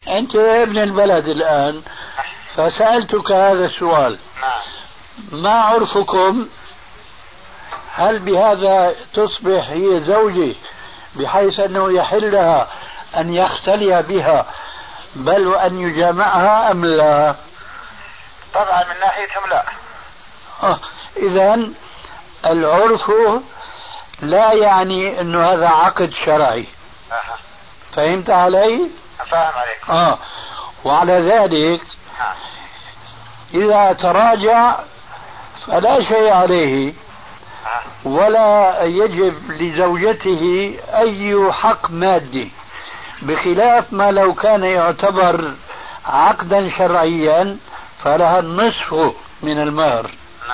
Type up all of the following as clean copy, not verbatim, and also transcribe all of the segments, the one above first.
أنت ابن البلد الآن، فسألتك هذا السؤال. ما عرفكم؟ هل بهذا تصبح هي زوجي بحيث أنه يحل لها أن يختلي بها بل وأن يجامعها أم لا؟ طبعا من ناحيتهم لا. إذن العرف لا يعني أنه هذا عقد شرعي. فهمت علي؟ فاهم عليك. وعلى ذلك إذا تراجع فلا شيء عليه ولا يجب لزوجته أي حق مادي، بخلاف ما لو كان يعتبر عقدا شرعيا فلها النصف من المهر.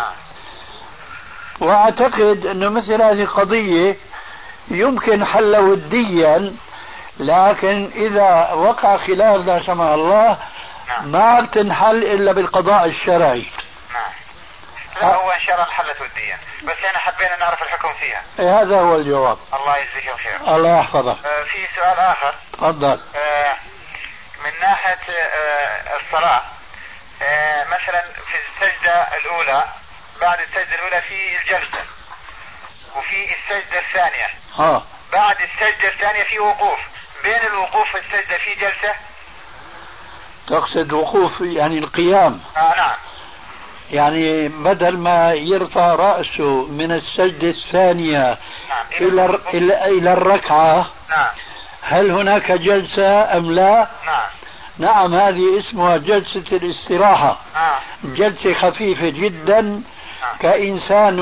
وأعتقد أنه مثل هذه القضية يمكن حل وديا، لكن إذا وقع خلاف لا سمح الله ما بتنحل إلا بالقضاء الشرعي. لا هو إن شاء الله انحلت وديا، بس أنا حبينا نعرف الحكم فيها. هذا هو الجواب. الله يجزيك خير. الله يحفظك. في سؤال آخر. تفضل. من ناحية الصلاة، مثلا في السجدة الأولى، بعد السجدة الأولى في الجلسة، وفي السجدة الثانية بعد السجدة الثانية في وقوف، بين الوقوف والسجدة في جلسة. تقصد وقوف يعني القيام؟ نعم. يعني بدل ما يرفع رأسه من السجدة الثانية إلى الركعة. نعم. هل هناك جلسة أم لا؟ نعم. نعم، هذه اسمها جلسة الاستراحة. جلسة خفيفة جدا. كإنسان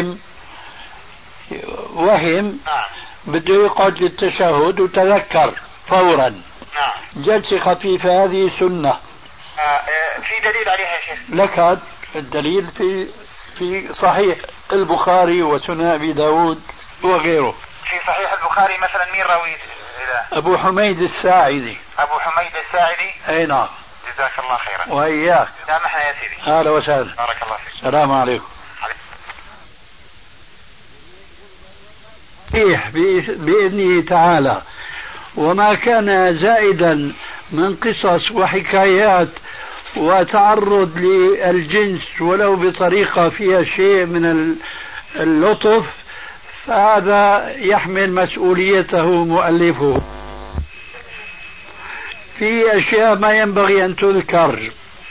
وهم بده يقعد للتشهد وتذكر فورا. جلسة خفيفة هذه سنة. في دليل عليها يا شيخ؟ لك الدليل في صحيح البخاري وسنن أبي داود وغيره. في صحيح البخاري مثلا مين راوي؟ أبو حميد الساعدي. أبو حميد الساعدي. أي نعم. جزاك الله خيرا. وإياك. سامحنا يا سيدي. أهلا وسهلا. بارك الله فيك. السلام عليكم. بإذنه تعالى، وما كان زائدا من قصص وحكايات وتعرض للجنس ولو بطريقة فيها شيء من اللطف فهذا يحمل مسؤوليته مؤلفه. في أشياء ما ينبغي أن تذكر.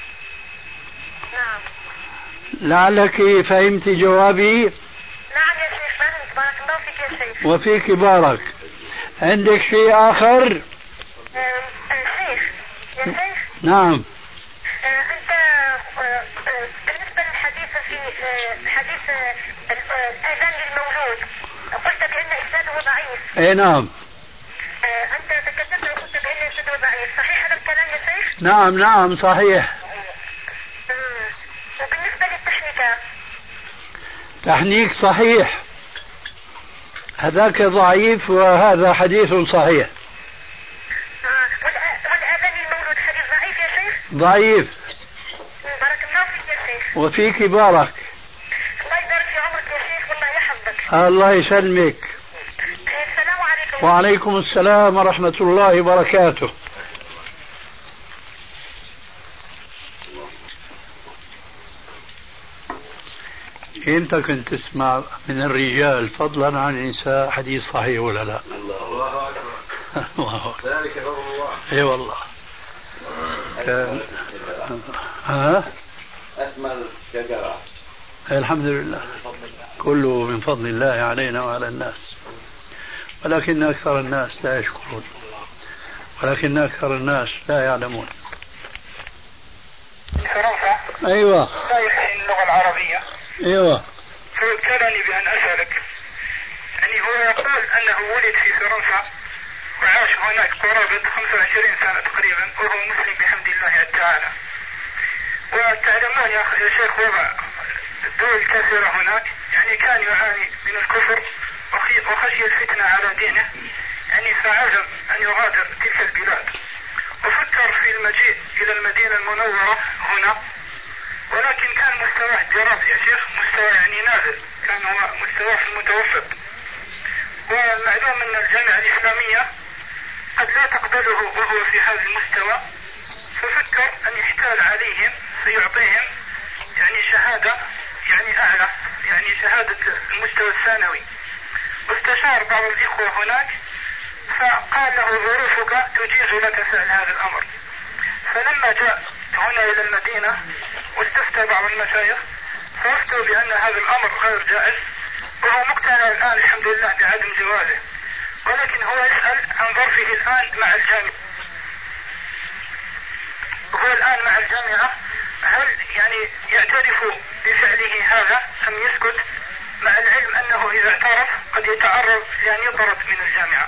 لعلك فهمت جوابي. نعم يا شيخ فهمت، بارك الله فيك يا شيخ. وفيك بارك. عندك شيء آخر؟ شيخ يا شيخ. نعم. أنت بالنسبة للحديث في حديث الأذان للمولود قلت بأن إسناده ضعيف. أي نعم. أنت تكلمت وقلت بأن إسناده ضعيف، صحيح هذا الكلام يا شيخ؟ نعم صحيح. وبالنسبة للتحنيكات؟ تحنيك صحيح، هذاك ضعيف وهذا حديث صحيح. والأذان للمولود حديث ضعيف يا شيخ؟ ضعيف. بارك الله فيك يا شيخ. وفيك بارك. الله يبارك في عمرك يا شيخ والله يحفظك. الله يسلمك. السلام عليكم. وعليكم السلام ورحمة الله وبركاته. انت كنت تسمع من الرجال فضلا عن النساء حديث صحيح ولا لا؟ الله اكبر. ذلك فضل الله. اي والله. اثمر شجره. الحمد لله، كله من فضل الله علينا وعلى الناس، ولكن اكثر الناس لا يشكرون، ولكن اكثر الناس لا يعلمون. فرنسا. ايوه. لا يفهم اللغه العربيه. ايوه. فابتلاني بأن أسألك، يعني هو يقول أنه ولد في فرنسا وعاش هناك قرابة 25 سنة تقريبا وهو مسلم بحمد الله تعالى. وتعلمون يا شيخ وضع الدول الكثيرة هناك، يعني كان يعاني من الكفر وخشي الفتنة على دينه، يعني فعزم أن يغادر تلك البلاد وفكر في المجيء إلى المدينة المنورة هنا، ولكن كان مستواه الدراسي يا شيخ مستوى يعني نازل، كان هو مستواه في المتوسط. والمعلوم أن الجامعة الإسلامية قد لا تقبله وهو في هذا المستوى، ففكر أن يحتال عليهم فيعطيهم يعني شهادة يعني أعلى، يعني شهادة المستوى الثانوي. واستشار بعض الإخوة هناك فقال له ظروفك تجيز لك فعل هذا الأمر. فلما جاء هنا إلى المدينة واستفتى بعض المشايخ فافتوا بأن هذا الأمر غير جائز، وهو مقتنع الآن الحمد لله بعدم جوازه، ولكن هو يسأل عن ظرفه الآن مع الجامعة. هو الآن مع الجامعة هل يعني يعترف بفعله هذا أم يسكت، مع العلم أنه إذا اعترف قد يتعرض لأن يطرد من الجامعة؟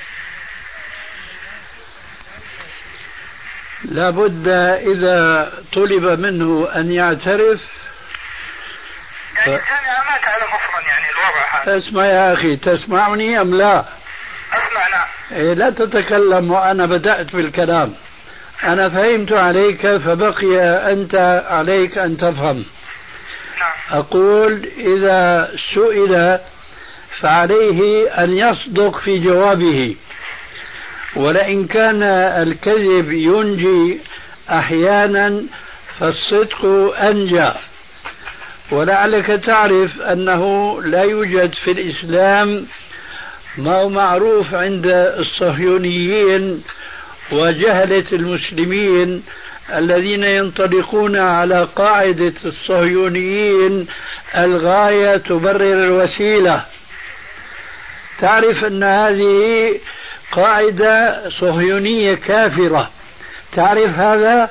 لابد إذا طلب منه أن يعترف يعني الجامعة ما تعلم أصلا يعني الوضع هذا. اسمع يا أخي، تسمعني أم لا؟ أسمع. نعم. لا تتكلم وأنا بدأت بالكلام. أنا فهمت عليك، فبقي أنت عليك أن تفهم. نعم. أقول إذا سئل فعليه أن يصدق في جوابه، ولئن كان الكذب ينجي أحيانا فالصدق أنجى. ولعلك تعرف أنه لا يوجد في الإسلام ما هو معروف عند الصهيونيين وجهلة المسلمين الذين ينطلقون على قاعدة الصهيونيين الغاية تبرر الوسيلة. تعرف أن هذه قاعدة صهيونية كافرة، تعرف هذا؟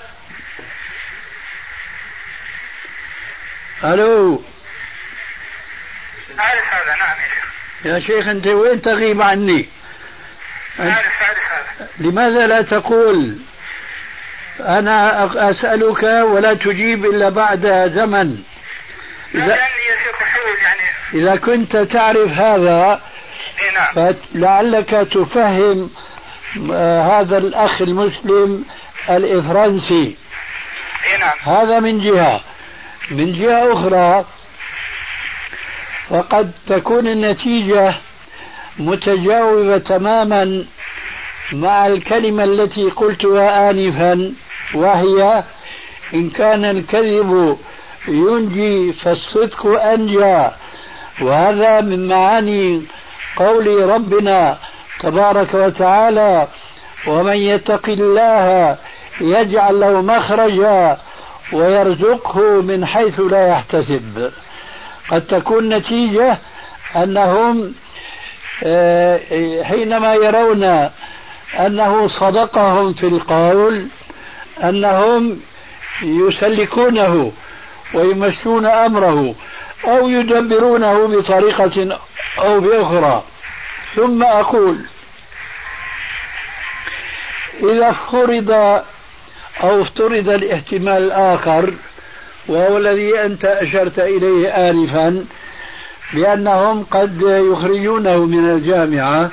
ألو؟ أعرف هذا. نعم يا شيخ أنت وين تغيب عني؟ أعرف هذا. لماذا لا تقول أنا أسألك ولا تجيب إلا بعد زمن؟ إذا كنت تعرف هذا فلعلك تفهم هذا الأخ المسلم الإفرنسي. هذا من جهة. من جهة أخرى فقد تكون النتيجة متجاوبة تماما مع الكلمة التي قلتها آنفا، وهي إن كان الكذب ينجي فالصدق أنجى. وهذا من معاني قول ربنا تبارك وتعالى: ومن يتق الله يجعل له مخرجا ويرزقه من حيث لا يحتسب. قد تكون نتيجة أنهم حينما يرون أنه صدقهم في القول أنهم يسلكونه ويمشون أمره أو يدبرونه بطريقة أو بأخرى. ثم أقول إذا فرض أو افترض الاحتمال الآخر، وهو الذي أنت أشرت إليه آنفا، بأنهم قد يخرجونه من الجامعة،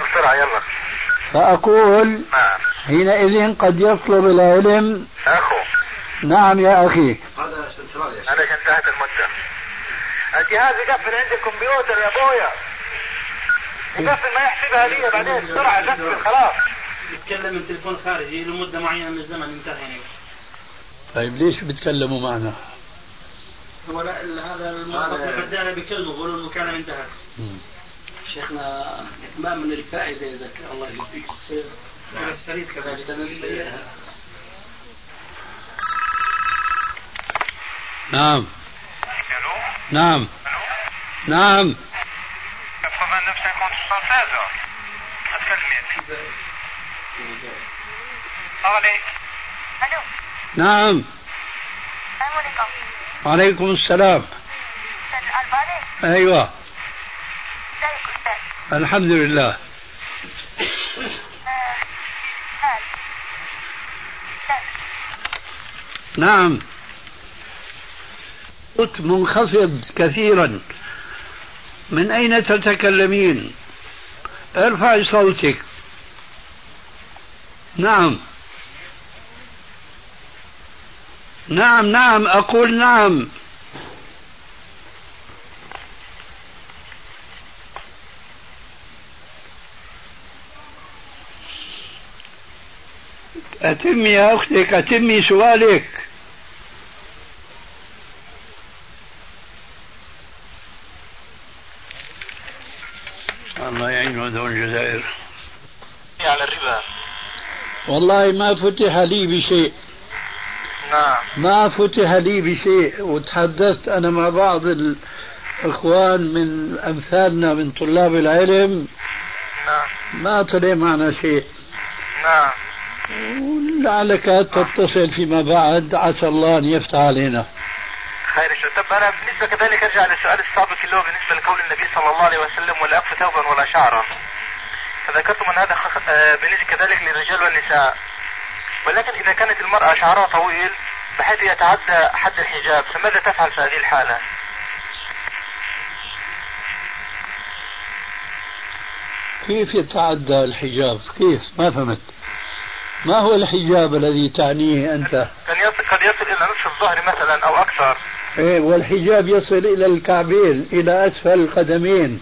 فأقول حينئذ قد يطلب العلم. نعم يا أخي. أنا انتهت المدة. الجهاز يقفل عند الكمبيوتر يا أبويا، يقفل ما يحسبها لي بعدين بسرعة يقفل خلاص. يتكلم من تليفون خارجي لمدة معينة من الزمن انتهى. طيب ليش بتكلموا معنا؟ هو هذا الموظف البدالة بكلمه يقولوا المكالمة انتهت. شيخنا إتمام من الفائدة إذا كان الله يجزيك الخير. الشريط كذلك. نعم. نعم. نعم. نعم. وعليكم السلام. أيوة. الحمد لله. نعم. صوت منخفض كثيرا. من أين تتكلمين؟ ارفعي صوتك. نعم. نعم نعم أقول نعم. أتمي يا أختك، أتمي سؤالك. الله يعين ذوي الجزائر. على الربا والله ما فتح لي بشيء. نعم. ما فتح لي بشيء، وتحدثت أنا مع بعض الإخوان من أمثالنا من طلاب العلم. نعم. ما طلع معنا شيء. نعم. ولعلك تتصل فيما بعد، عسى الله أن يفتح علينا. خير شو. طب أنا بالنسبة كذلك أرجع للسؤال السابق اللي هو بالنسبة لقول النبي صلى الله عليه وسلم ولا أكف ثوبا ولا شعرا، فذكرتم أن هذا بالنسبة كذلك للرجال والنساء، ولكن إذا كانت المرأة شعرها طويل بحيث يتعدى حد الحجاب فماذا تفعل في هذه الحالة؟ كيف يتعدى الحجاب؟ كيف؟ ما فهمت. ما هو الحجاب الذي تعنيه أنت؟ قد يصل إلى نصف الظهر مثلا أو أكثر. إيه، والحجاب يصل إلى الكعبين، إلى أسفل القدمين.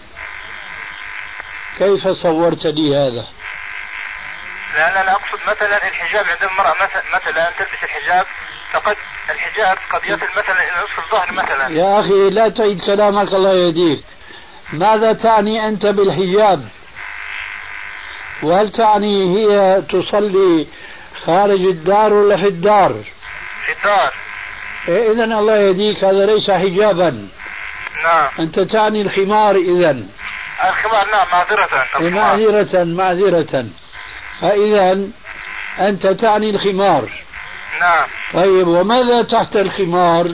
كيف صورت لي هذا؟ لا أنا أقصد مثلا الحجاب عند المرأة مثلا تلبس الحجاب، فقد الحجاب قد يصل مثلا إلى نصف الظهر مثلا. يا أخي لا تعيد كلامك الله يهديك. ماذا تعني أنت بالحجاب؟ وهل تعني هي تصلي خارج الدار ولا في الدار؟ في الدار. إيه، إذن الله يهديك هذا ليس حجابا. نعم. أنت تعني الخمار إذن. الخمار نعم، معذرة. فإذا أنت تعني الخمار. نعم. طيب وماذا تحت الخمار؟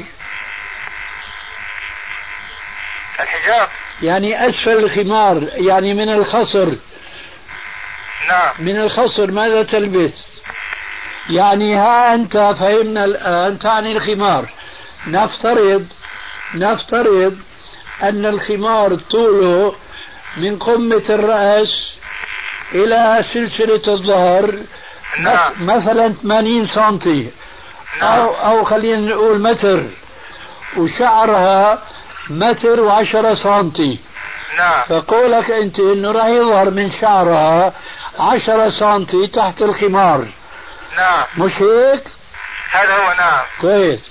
الحجاب. يعني أسفل الخمار، يعني من الخصر. نعم. من الخصر ماذا تلبس؟ يعني ها أنت فهمنا الآن تعني الخمار. نفترض أن الخمار طوله من قمة الرأس إلى سلسلة الظهر. نعم. مثلا 80 سنتي. نعم. أو خلينا نقول متر، وشعرها 1.10 سنتي. نعم. فقولك أنت إنه راح يظهر من شعرها 10 سنتي تحت الخمار. نعم. مش هيك؟ هذا هو. نعم. كويس.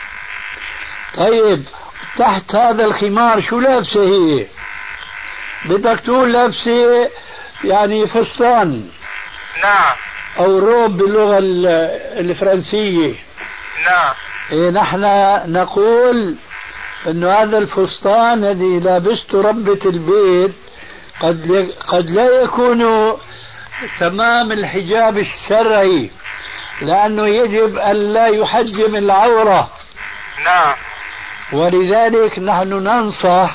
طيب تحت هذا الخمار شو لابسة هي؟ بدك تقول لابسة يعني فستان. نعم. أو روب باللغة الفرنسية. نعم. إيه، نحن نقول إنه هذا الفستان الذي لابسته ربة البيت قد لا يكون تمام الحجاب الشرعي، لأنه يجب أن لا يحجم العورة. نعم. ولذلك نحن ننصح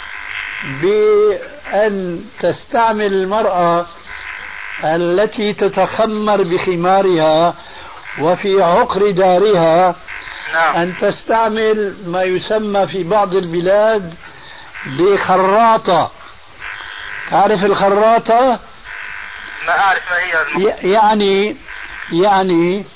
بأن تستعمل المرأة التي تتخمر بخمارها وفي عقر دارها. نعم. أن تستعمل ما يسمى في بعض البلاد بخراطة. تعرف الخراطة؟ ما أعرف ما هي. يعني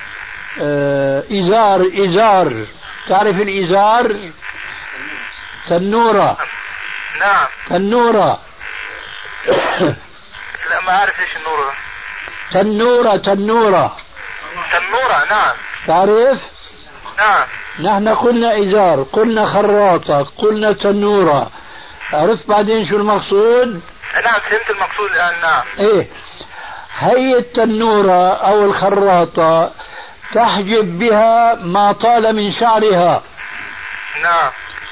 إزار. تعرف الإزار؟ تنورة. نعم. تنورة. لا ما أعرف إيش النورة. تنورة. نعم. تعرف؟ نعم. نحن قلنا إزار، قلنا خراطة، قلنا تنورة. عرفت بعدين شو المقصود؟ نعم فهمت المقصود الآن. نعم. إيه، هي التنورة أو الخراطة تحجب بها ما طال من شعرها. نعم.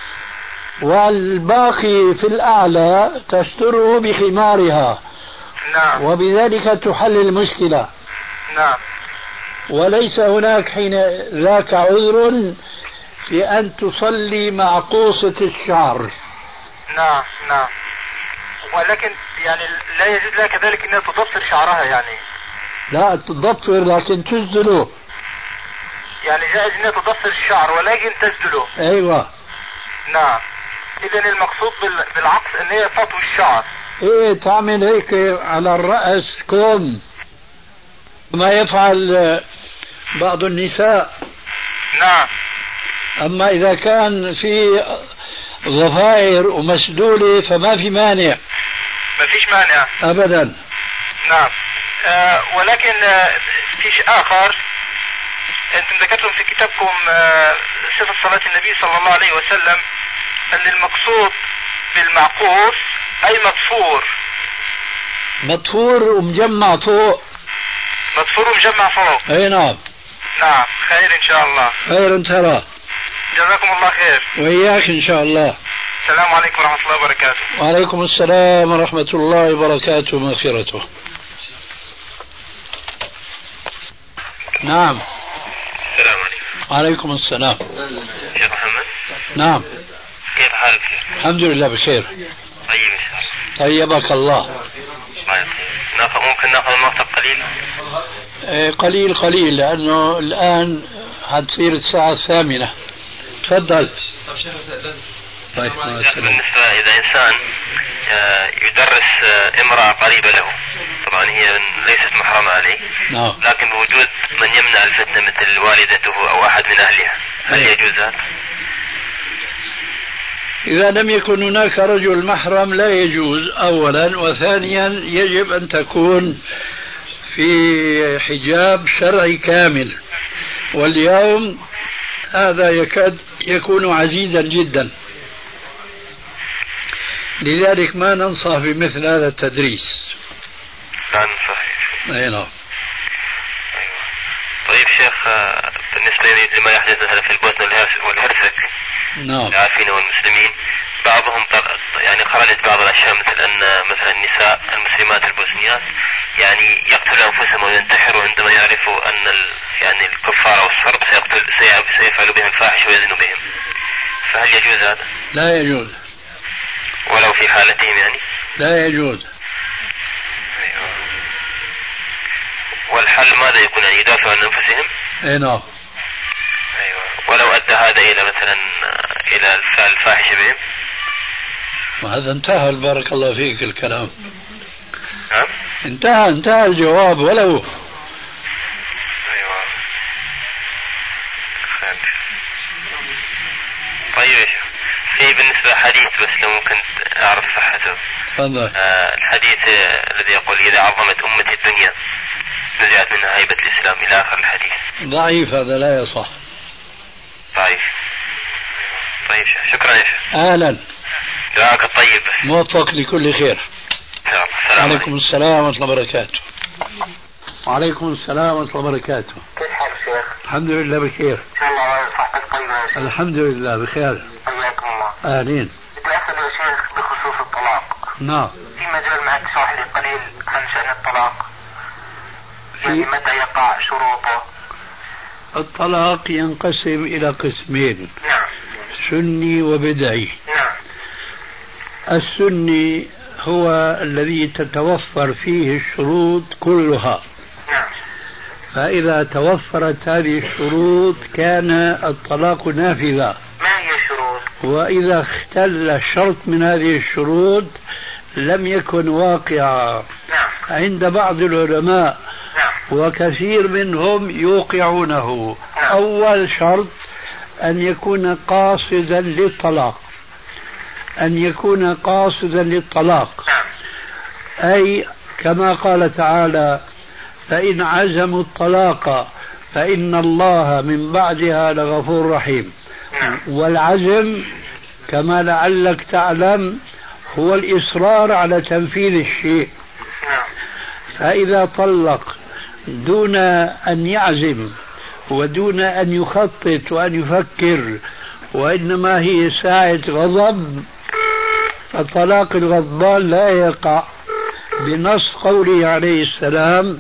والباقي في الأعلى تستره بخمارها. نعم. وبذلك تحل المشكلة. نعم. وليس هناك حين ذاك عذر في أن تصلي مع قوصة الشعر. نعم. نعم. ولكن يعني لا يجوز لها كذلك أنها تضفر شعرها يعني. لا تضفر لكن تسدله. يعني جائز أنها تضفر الشعر ولكن تسدله. أيوة. نعم. إذن المقصود بالعكس أن هي فطو الشعر. إيه، تعمل هيك على الرأس كوم ما يفعل بعض النساء. نعم. أما إذا كان في ضفائر ومسدولة فما في مانع. ما فيش مانع أبدا. نعم. ولكن في شيء آخر، أنتم ذكرتم في كتابكم صفة صلاة النبي صلى الله عليه وسلم أن المقصود بالمعقوف أي مطفور. مطفور ومجمع فوق. مطفور ومجمع فوق. أي نعم. نعم، خير إن شاء الله. خير ترى. جزاكم الله خير. وإياك إن شاء الله. السلام عليكم ورحمة الله وبركاته. وعليكم السلام ورحمة الله وبركاته ومغفرته. نعم. السلام عليكم. وعليكم السلام. شيخ محمد. نعم. كيف حالك؟ الحمد لله بخير. طيب إن شاء الله. طيبك الله. ممكن ناخذ المقطع قليل؟ قليل قليل لأنه الآن حتصير الساعة 8. تفضل. طيب بالنسبة إذا إنسان يدرس امرأة قريبة له، طبعا هي ليست محرمة عليه، لكن بوجود من يمنع الفتنة مثل والدته أو أحد من أهلها، هل يجوز هذا؟ إذا لم يكن هناك رجل محرم لا يجوز أولا، وثانيا يجب أن تكون في حجاب شرعي كامل، واليوم هذا يكاد يكون عزيزا جدا، لذلك ما ننصح بمثل هذا التدريس. لا ننصح. أي نعم. طيب شيخ، بالنسبة لما يحدث مثلا في البوسنة والهرسك، نعم، العارفين والمسلمين، بعضهم يعني خرجت بعض الأشياء مثل أن مثلا النساء المسلمات البوسنيات يعني يقتلوا أنفسهم وينتحروا عندما يعرفوا أن يعني الكفار أو الصرب سيفعلوا بهم الفاحش ويزنوا بهم، فهل يجوز هذا؟ لا يجوز. ولو في حالتهم يعني؟ لا يجوز. أيوة. والحل ماذا يكون؟ يعني يدافعوا عن أنفسهم؟ أي نعم. أيوة. ولو أدى هذا إلى مثلا إلى الفاحشة بهم؟ وهذا انتهى، بارك الله فيك الكلام. نعم. انتهى الجواب. ولو. أيوة. خير. طيب في بالنسبة حديث بس لو ممكن أعرف صحته. تفضل. الحديث الذي يقول إذا عظمت أمتي الدنيا نزعت منها هيبة الإسلام إلى آخر الحديث. ضعيف، هذا لا يصح. ضعيف. طيب شكرا يا شيخ. أهلا. دعاك الطيب. موفق لكل خير. عليكم السلام ورحمة الله وبركاته. وعليكم السلام ورحمة الله وبركاته. كيف حالك شيخ؟ الحمد لله بخير. إن شاء الله صحتك طيبة يا شيخ. الحمد لله بخير. حياكم الله. أهلين. بدي أسأل يا شيخ بخصوص الطلاق. نعم. في مجال معك تشرح لي قليل عن شأن الطلاق؟ يعني متى يقع شروطه؟ الطلاق ينقسم إلى قسمين. نعم. سني وبدعي. نعم. السني هو الذي تتوفر فيه الشروط كلها. نعم. فإذا توفرت هذه الشروط كان الطلاق نافذا. ما هي الشروط؟ وإذا اختل شرط من هذه الشروط لم يكن واقعا. نعم. عند بعض العلماء. نعم. وكثير منهم يوقعونه. نعم. أول شرط أن يكون قاصدا للطلاق. أن يكون قاصدا للطلاق. نعم. أي كما قال تعالى: فإن عزموا الطلاق فإن الله من بعدها لغفور رحيم. نعم. والعزم كما لعلك تعلم هو الإصرار على تنفيذ الشيء. نعم. فإذا طلق دون أن يعزم ودون أن يخطط وأن يفكر، وإنما هي ساعة غضب، فالطلاق الغضبان لا يقع بنص قوله عليه السلام: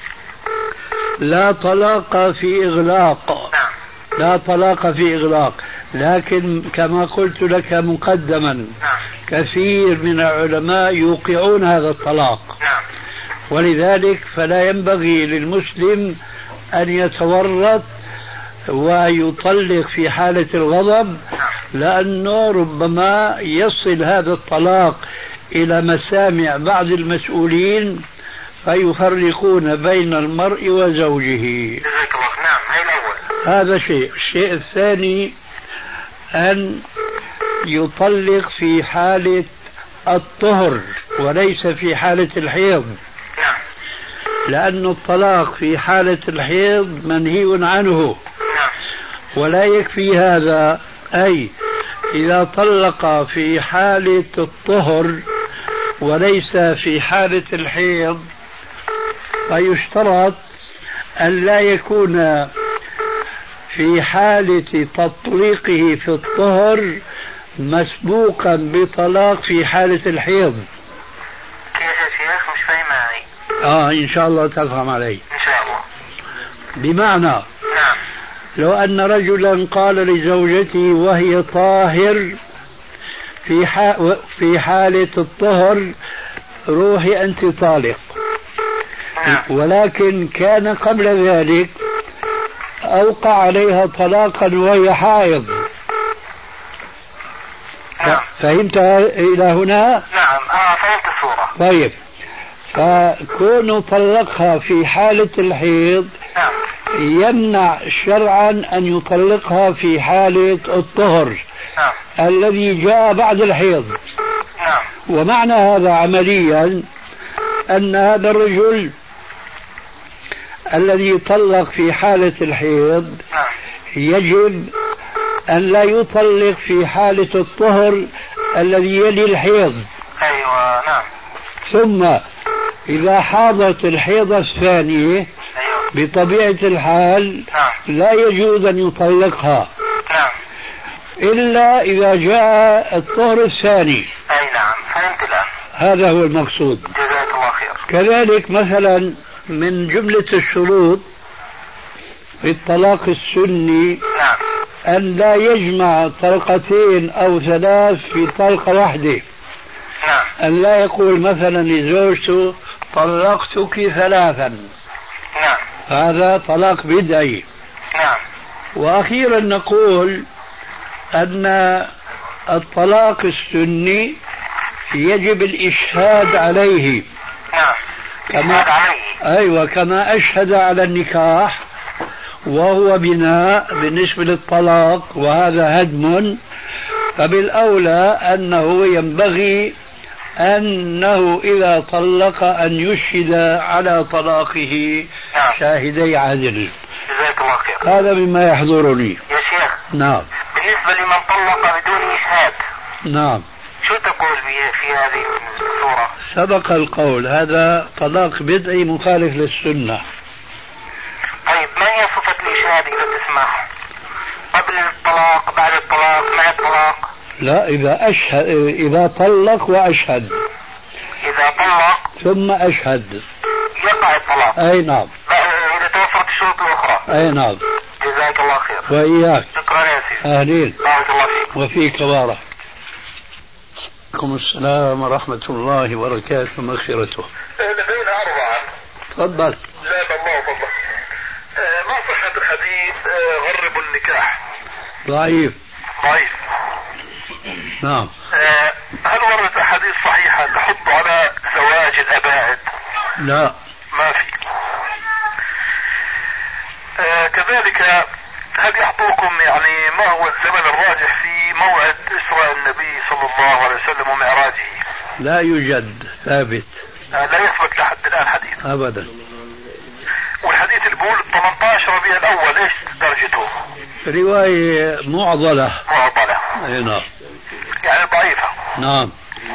لا طلاق في إغلاق. لا طلاق في إغلاق. لكن كما قلت لك مقدما كثير من العلماء يوقعون هذا الطلاق. ولذلك فلا ينبغي للمسلم أن يتورط ويطلق في حالة الغضب، لأنه ربما يصل هذا الطلاق إلى مسامع بعض المسؤولين فيفرقون بين المرء وزوجه. هذا شيء. الشيء الثاني أن يطلق في حالة الطهر وليس في حالة الحيض، لأن الطلاق في حالة الحيض منهي عنه، ولا يكفي هذا، أي إذا طلق في حالة الطهر وليس في حالة الحيض فيشترط أن لا يكون في حالة تطليقه في الطهر مسبوقا بطلاق في حالة الحيض. كيف يا شيخ؟ مش فاهم معي. إن شاء الله تفهم علي. إن شاء الله. بمعنى نعم. لو أن رجلا قال لزوجته وهي طاهر في حالة الطهر روحي أنت طالق، ولكن كان قبل ذلك أوقع عليها طلاقا وهي حائض. فهمت إلى هنا؟ نعم فهمت الصورة. طيب، فكون طلقها في حالة الحيض يمنع شرعا أن يطلقها في حالة الطهر الذي جاء بعد الحيض. ومعنى هذا عمليا أن هذا الرجل الذي طلق في حالة الحيض يجب أن لا يطلق في حالة الطهر الذي يلي الحيض. أيوة نعم. ثم إذا حاضت الحيضة الثانية بطبيعة الحال لا يجوز أن يطلقها إلا إذا جاء الطهر الثاني. أي نعم فهمت الآن. هذا هو المقصود. جزاك الله خير. كذلك مثلا من جملة الشروط في الطلاق السني أن لا يجمع طلقتين أو ثلاث في طلقة واحدة. أن لا يقول مثلا لزوجته طلقتك ثلاثا، هذا طلاق بدعي. وأخيرا نقول أن الطلاق السني يجب الإشهاد عليه. كما أشهد على النكاح وهو بناء بالنسبة للطلاق وهذا هدم، فبالأولى أنه ينبغي أنه إذا طلق أن يشهد على طلاقه شاهدي عدل. جزاك الله خير. هذا مما يحضرني يا شيخ. نعم. بالنسبة لمن طلق بدون إشهاد نعم شو تقول في هذه الصورة؟ سبق القول هذا طلاق بدعي مخالف للسنة. طيب ما هي صفة الإشهاد إذا تسمح؟ قبل الطلاق، بعد الطلاق، مع الطلاق؟ لا، إذا طلق وأشهد. إذا طلق ثم أشهد يقع الطلاق. أي نعم. إذا توفرت الشروط الأخرى. أي نعم. جزاك الله خير. وإياك. شكرا يا سيدي. أهلين. بارك الله فيك. وفيك بارك. عليكم السلام ورحمة الله وبركاته ومغفرته. لدينا أربعة. تفضل. جزاك الله فضلك. ما صحة الحديث غربوا النكاح؟ ضعيف. نعم. هل وردت أحاديث صحيحة تحض على زواج الأباعد؟ لا ما في. كذلك هل يحضركم يعني ما هو الزمن الراجح في موعد إسراء النبي صلى الله عليه وسلم ومعراجه؟ لا يوجد ثابت. لا يثبت لحد الآن حديث أبدا. والحديث اللي بيقول 18 ربيع الأول ايش درجته؟ رواية معضلة. اي نعم. يعني ضعيفة. نعم.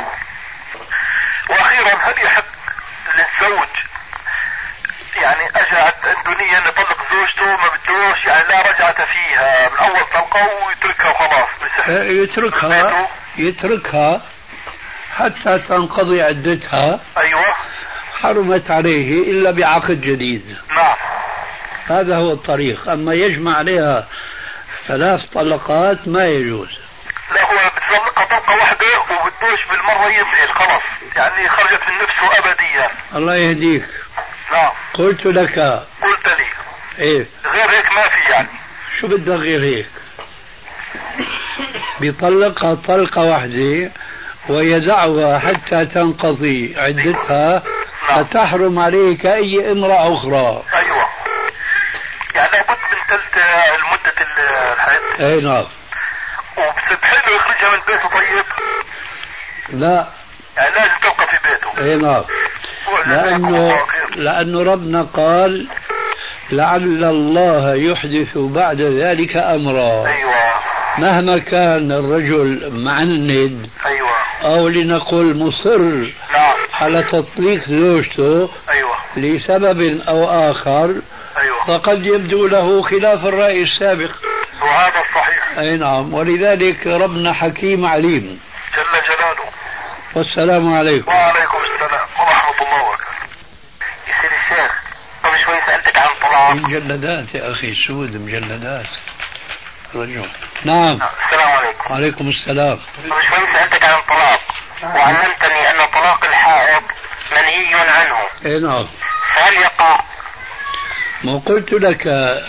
وأخيرا هل يحق للزوج يعني أجعت الدنيا أن يطلق زوجته ما بدوش يعني لا رجعة فيها من أول طلقة ويتركها وخلاص؟ يتركها حتى تنقضي عدتها. أيوة. حرمت عليه إلا بعقد جديد. نعم. هذا هو الطريق. أما يجمع عليها 3 طلقات ما يجوز. لا هو بتطلقها طلقة واحدة وبدوش بالمرة ينزل خلاص يعني خرجت من نفسه أبديا. الله يهديك. نعم. قلت لك. قلت لي. إيه. غير هيك ما في يعني. شو بدك غير هيك؟ بيطلقها طلقة واحدة ويدعها حتى تنقضي عدتها. نعم. فتحرم عليك أي امرأة أخرى. أيوة. يعني لابد من ثلث المدة الحيض. أي نعم. وبستحيل يخرجها من بيته. طيب. لا. يعني لازم تبقى في بيته. أي نعم. لأنه ربنا قال لعل الله يحدث بعد ذلك أمرا. أيوة. مهما كان الرجل معند، أيوة، أو لنقول مصر، نعم، على تطليق زوجته، أيوة، لسبب أو آخر، أيوة، فقد يبدو له خلاف الرأي السابق، وهذا الصحيح. أي نعم. ولذلك ربنا حكيم عليم جل جلاله. والسلام عليكم. وعليكم السلام ورحمة الله وبركاته. يصير الشيخ قبل شوي سألتك عن طلاق مجلدات يا أخي سود، مجلدات رجل. نعم. السلام عليكم. وعليكم السلام. قبل شوي سألتك عن الطلاق وعلمتني أن طلاق الحائض منهي عنه. اي نعم. فهل يقع؟ ما قلت لك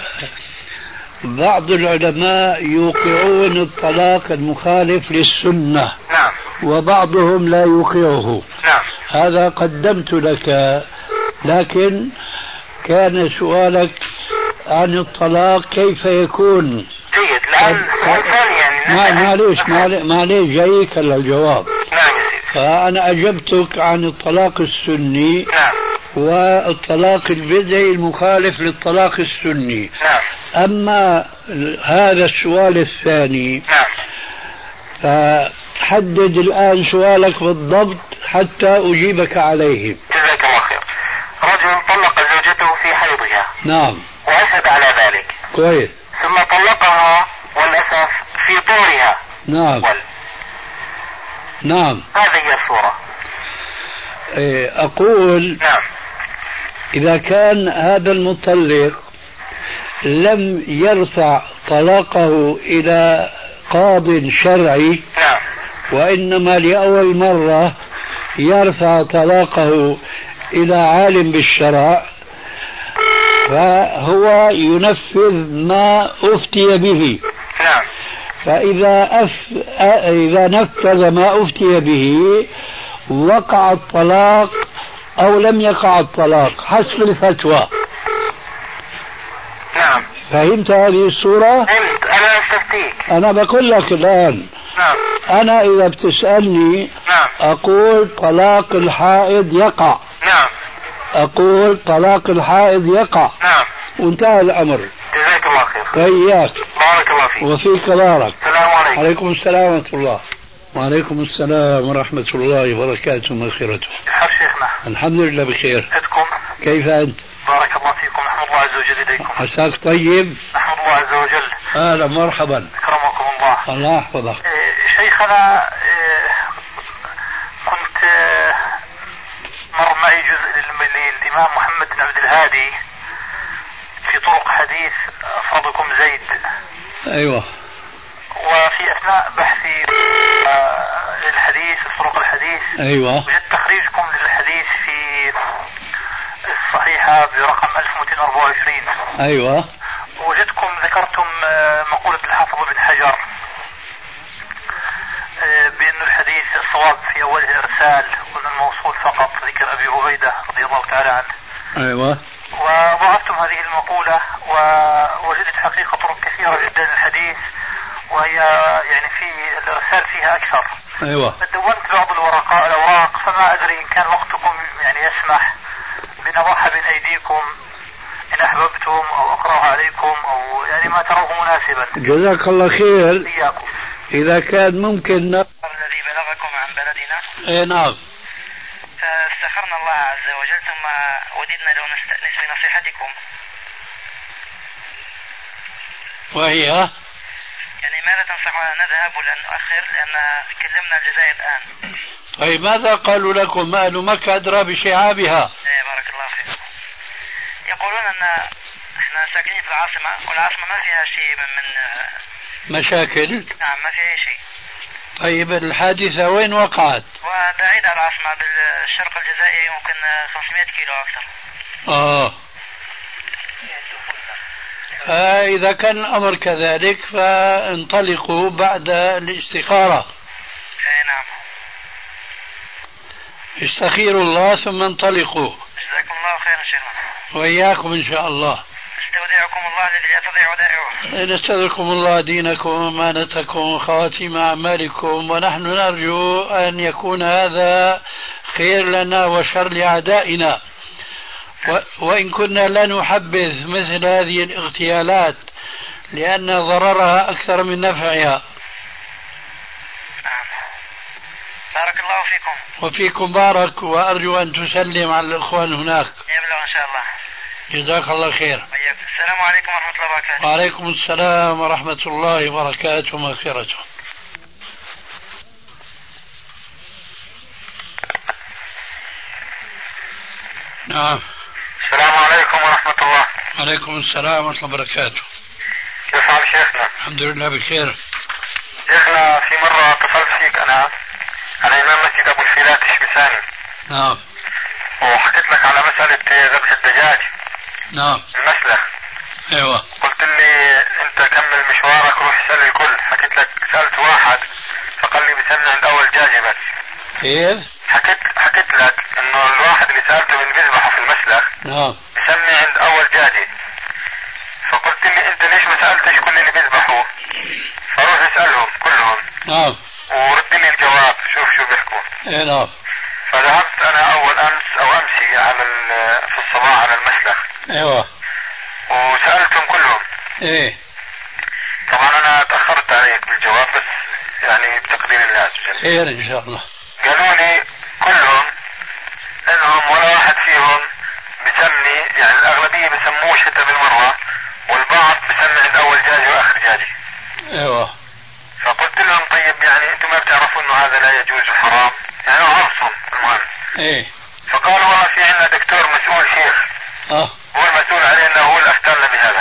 بعض العلماء يوقعون الطلاق المخالف للسنة، نعم، وبعضهم لا يوقعه. نعم، هذا قدمت لك، لكن كان سؤالك عن الطلاق كيف يكون. جيد. الآن سؤال ثاني يعني معليش جايك هلا الجواب. نعم يا سيدي. فأنا أجبتك عن الطلاق السني، نعم، والطلاق البدعي المخالف للطلاق السني. نعم. أما هذا السؤال الثاني، نعم، فحدد الآن سؤالك بالضبط حتى أجيبك عليه. جزاك الله خير. رجل طلق زوجته في حيضها. نعم. وأشهد على ذلك. كويس. ثم طلقها والأسف في طورها. نعم. نعم. هذه هي الصورة. أقول نعم. إذا كان هذا المطلق لم يرفع طلاقه إلى قاض شرعي، نعم، وإنما لأول مرة يرفع طلاقه إلى عالم بالشرع، فهو ينفذ ما أفتي به. نعم. إذا نفذ ما أفتي به وقع الطلاق أو لم يقع الطلاق حسب الفتوى. نعم. فهمت هذه الصورة؟ فهمت. أنا أستفتيك. أنا بقول لك الآن. نعم. أنا إذا بتسألني، نعم، أقول طلاق الحائض يقع. نعم. أقول طلاق الحائض يقع. نعم. وانتهى الأمر. جزاك الله خير. وإياك. بارك الله فيك. وفيك بارك. السلام عليكم. عليكم السلام ورحمة الله. وعليكم السلام ورحمة الله وبركاته ومغفرته. كيف شيخنا؟ الحمد لله بخير. كيفكم؟ كيف أنت؟ بارك الله فيكم. نحمد الله عز وجل إليكم. عساك طيب؟ نحمد الله عز وجل. أهلا مرحبا. أكرمكم الله. الله يحفظك. شيخنا، كنت مر معي جزء للإمام محمد بن عبد الهادي في طرق حديث أفرادكم زيد. أيوة. وفي أثناء بحثي للحديث طرق الحديث، أيوة، وجدت تخريجكم للحديث في الصحيحة برقم 1224. أيوة. وجدتكم ذكرتم مقولة الحافظ بن حجر بأن الحديث الصواب في أوله إرسال، وأن الموصول فقط ذكر أبي عبيدة رضي الله تعالى عنه. أيوة. وضعفتم هذه المقولة، ووجدت حقيقة طرق كثيرة جدا للحديث، وهي يعني في الإرسال فيها أكثر. أيوة. دونت بعض الأوراق، فما أدري إن كان وقتكم يعني يسمح بأن أضعها بين أيديكم إن أحببتم، أو أقرأها عليكم، أو يعني ما تروه مناسبا. جزاك الله خير. إياكم. إذا كان ممكن الذي بلغكم عن بلدنا. إيه نعم. فاستخرنا الله عز وجل، ثم وددنا لو نستأنس بنصيحتكم. وهي يعني ماذا تنصحنا نذهب ولا نؤخر، لأن كلمنا الجزائر الآن. طيب ماذا قالوا لكم؟ أهل مكة أدرى بشعابها. بارك الله فيكم. يقولون أن احنا ساكنين في العاصمة، والعاصمة ما فيها شيء من مشاكل. نعم، ما فيها شيء. طيب الحادثة وين وقعت؟ وبعيدة العاصمة بالشرق الجزائري، ممكن 500 كيلو أكثر. إذا كان الأمر كذلك فانطلقوا بعد الاستخارة. نعم. استخيروا الله ثم انطلقوا. جزاكم الله خيرا شيخنا. وإياكم إن شاء الله. استودعكم الله الذي لا تضيع ودائعه. نستودعكم الله دينكم وأمانتكم وخواتيم أعمالكم، ونحن نرجو أن يكون هذا خير لنا وشر لأعدائنا. وإن كنا لا نحبذ مثل هذه الاغتيالات لأن ضررها أكثر من نفعها. بارك الله فيكم. وفيكم بارك، وأرجو أن تسلم على الإخوان هناك. يبلغ إن شاء الله. جزاك الله خير. السلام عليكم ورحمة الله وبركاته. وعليكم السلام ورحمة الله وبركاته ومغفرته. نعم. السلام عليكم ورحمة الله. وعليكم السلام ورحمة الله وبركاته. كيف حال شيخنا؟ الحمد لله بخير. شيخنا في مرة اتصلت فيك أنا إمام مسجد أبو الفيلات الشبساني. نعم. وحكيت لك على مسألة ذبح الدجاج. نعم. المسلخ. ايوه. قلت لي انت كمل مشوارك روح سأل الكل. حكيت لك سألت واحد فقال لي بسمي عند اول دجاجة بس. كيف؟ حكيت لك انه الواحد اللي سألته من بيذبحه في المسلخ. نعم. بسمي عند اول دجاجة. فقلت لي انت ليش ما سألتش كل اللي بيذبحوا؟ فروح اسألهم كلهم. نعم. ورد لي الجواب شوف بيحكوا. ايه نعم. فذهبت انا اول امس او امسي في الصباح على المسلخ. ايوه. وسألتهم كلهم. ايه. طبعا انا تأخرت عليك بالجواب بس يعني بتقدير الله. خير ان شاء الله. قالوا لي كلهم انهم ولا واحد فيهم بسمي، يعني الاغلبية بسموه شتى بالمرة والبعض بسمي عند اول جاجي واخر جاجي. ايوه. فقلت لهم طيب يعني انتم ما بتعرفوا انه هذا لا يجوز وحرام؟ يعني عرفهم المهم. ايه. فقالوا والله في عندنا دكتور مسؤول شيخ. هو المسؤول علينا، هو اللي افتانا بهذا.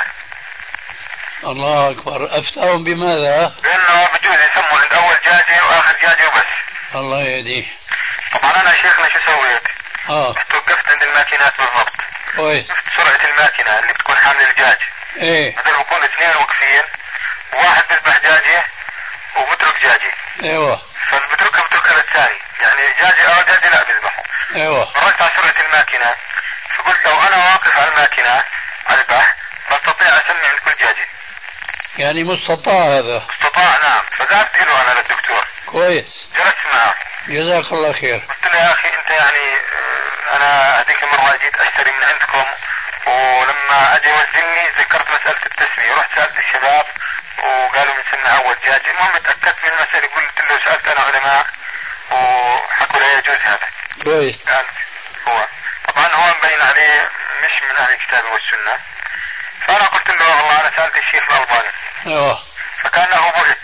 الله اكبر. افتاهم بماذا؟ بانه بجوز يسموا عند اول جاجي واخر جاجي وبس. الله يهديه. طبعا انا شيخنا شو سويت؟ توقفت عند الماكينات بالضبط. كويس. شفت سرعة الماكينة اللي بتكون حامل الدجاج. ايه. بدل بكون اثنين واقفين وواحد بيذبح دجاجة وبترك دجاجة. ايوه. فبتركها للثاني، يعني دجاجة دجاجة لا بيذبحوا. ايوه. مركت على سرعة الماكينة، فقلت لو انا واقف على الماكينة اذبح بستطيع اسمي عند كل دجاجة. يعني مستطاع هذا؟ مستطاع نعم. فذهبت له انا للدكتور. كويس. جلست معه. جزاك الله خير. قلت له يا اخي انت يعني انا هذيك المرة جيت اشتري من عندكم ولما اجي يوزني ذكرت مسألة التسمية، رحت سألت الشباب وقالوا بنسمي اول دجاج. المهم اتأكدت من المسألة، قلت له سألت انا علماء وحكوا لا يجوز هذا. كويس. هو طبعا هو مبين عليه مش من اهل الكتاب والسنة. فانا قلت له والله انا سألت الشيخ الألباني. ايوه. فكانه بهت.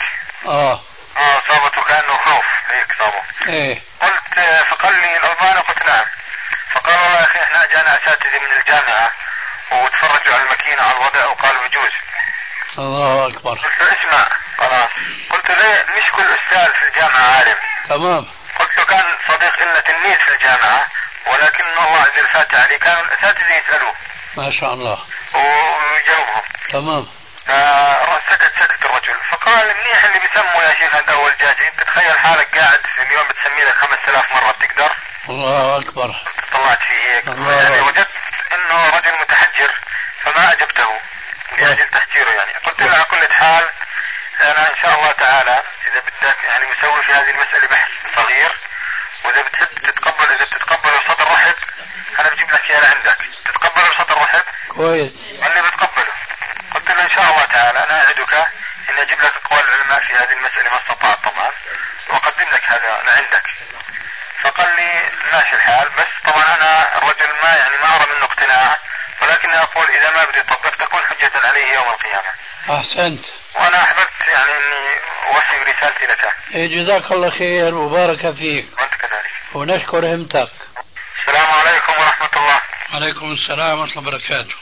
صابته كأنه خوف هيك صابه. ايه. قلت فقال لي الألباني، قلت نعم. فقال والله يا اخي احنا اجانا اساتذة من الجامعة وتفرجوا على الماكينة على الوضع وقالوا يجوز. الله اكبر. قلت له اسمع خلاص. قلت له مش كل استاذ في الجامعة عالم. تمام. قلت له كان صديق لنا تلميذ في الجامعة ولكن الله عز وجل فات عليه، كانوا الاساتذة يسألوه. ما شاء الله. ويجاوبهم. تمام. سكت الرجل. فقال منيح اللي بيسموا يا شيخ عند اول جاجي، انت تخيل حالك قاعد في اليوم بتسمي لك 5000 مرة، بتقدر؟ الله اكبر. طلعت فيه هيك يعني وجدت انه رجل متحجر فما اجبته لاجل تحجيره. يعني قلت له على كل حال انا ان شاء الله تعالى اذا بدك يعني مسوي في هذه المسألة بحث صغير، واذا بتحب تتقبل، اذا بتتقبل صدر رحب انا بجيب لك اياه لعندك. تتقبل صدر رحب؟ كويس. قال لي بتقبله. قلت له ان شاء الله تعالى انا اعدك ان اجيب لك اقوال العلماء في هذه المسألة ما استطعت طبعا واقدم لك هذا لعندك. فقال لي ماشي الحال، بس طبعا انا الرجل ما ارى منه اقتناع، ولكن اقول اذا ما بدي يطبق تكون حجة عليه يوم القيامة. احسنت. وانا احببت يعني اني اوصل رسالتي لك. جزاك الله خير وبارك فيك. وانت كذلك. ونشكر همتك. السلام عليكم ورحمة الله. وعليكم السلام ورحمة الله وبركاته.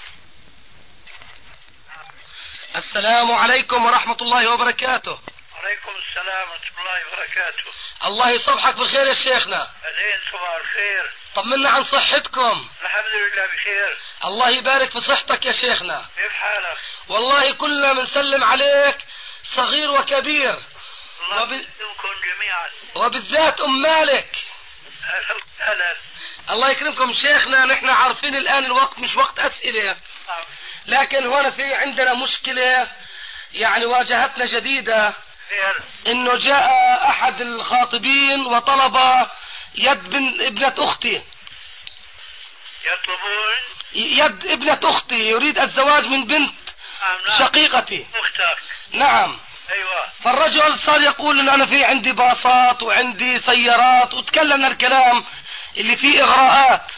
السلام عليكم ورحمة الله وبركاته. وعليكم السلام ورحمة الله وبركاته. الله يصبحك بالخير يا شيخنا. أهلين صباح الخير. طمنا عن صحتكم. الحمد لله بخير. الله يبارك في صحتك يا شيخنا. كيف حالك؟ والله كلنا بنسلم عليك صغير وكبير. الله يكرمكم جميعا. وبالذات أم مالك. أهلا. الله يكرمكم شيخنا، نحن عارفين الآن الوقت مش وقت أسئلة، لكن هنا في عندنا مشكلة يعني واجهتنا جديدة، إنه جاء أحد الخاطبين وطلب يد ابنة أختي، يطلبون يد ابنة أختي، يريد الزواج من بنت شقيقتي. أختك. نعم. أيوة. فالرجل صار يقول إن أنا في عندي باصات وعندي سيارات، وتكلم الكلام اللي فيه إغراءات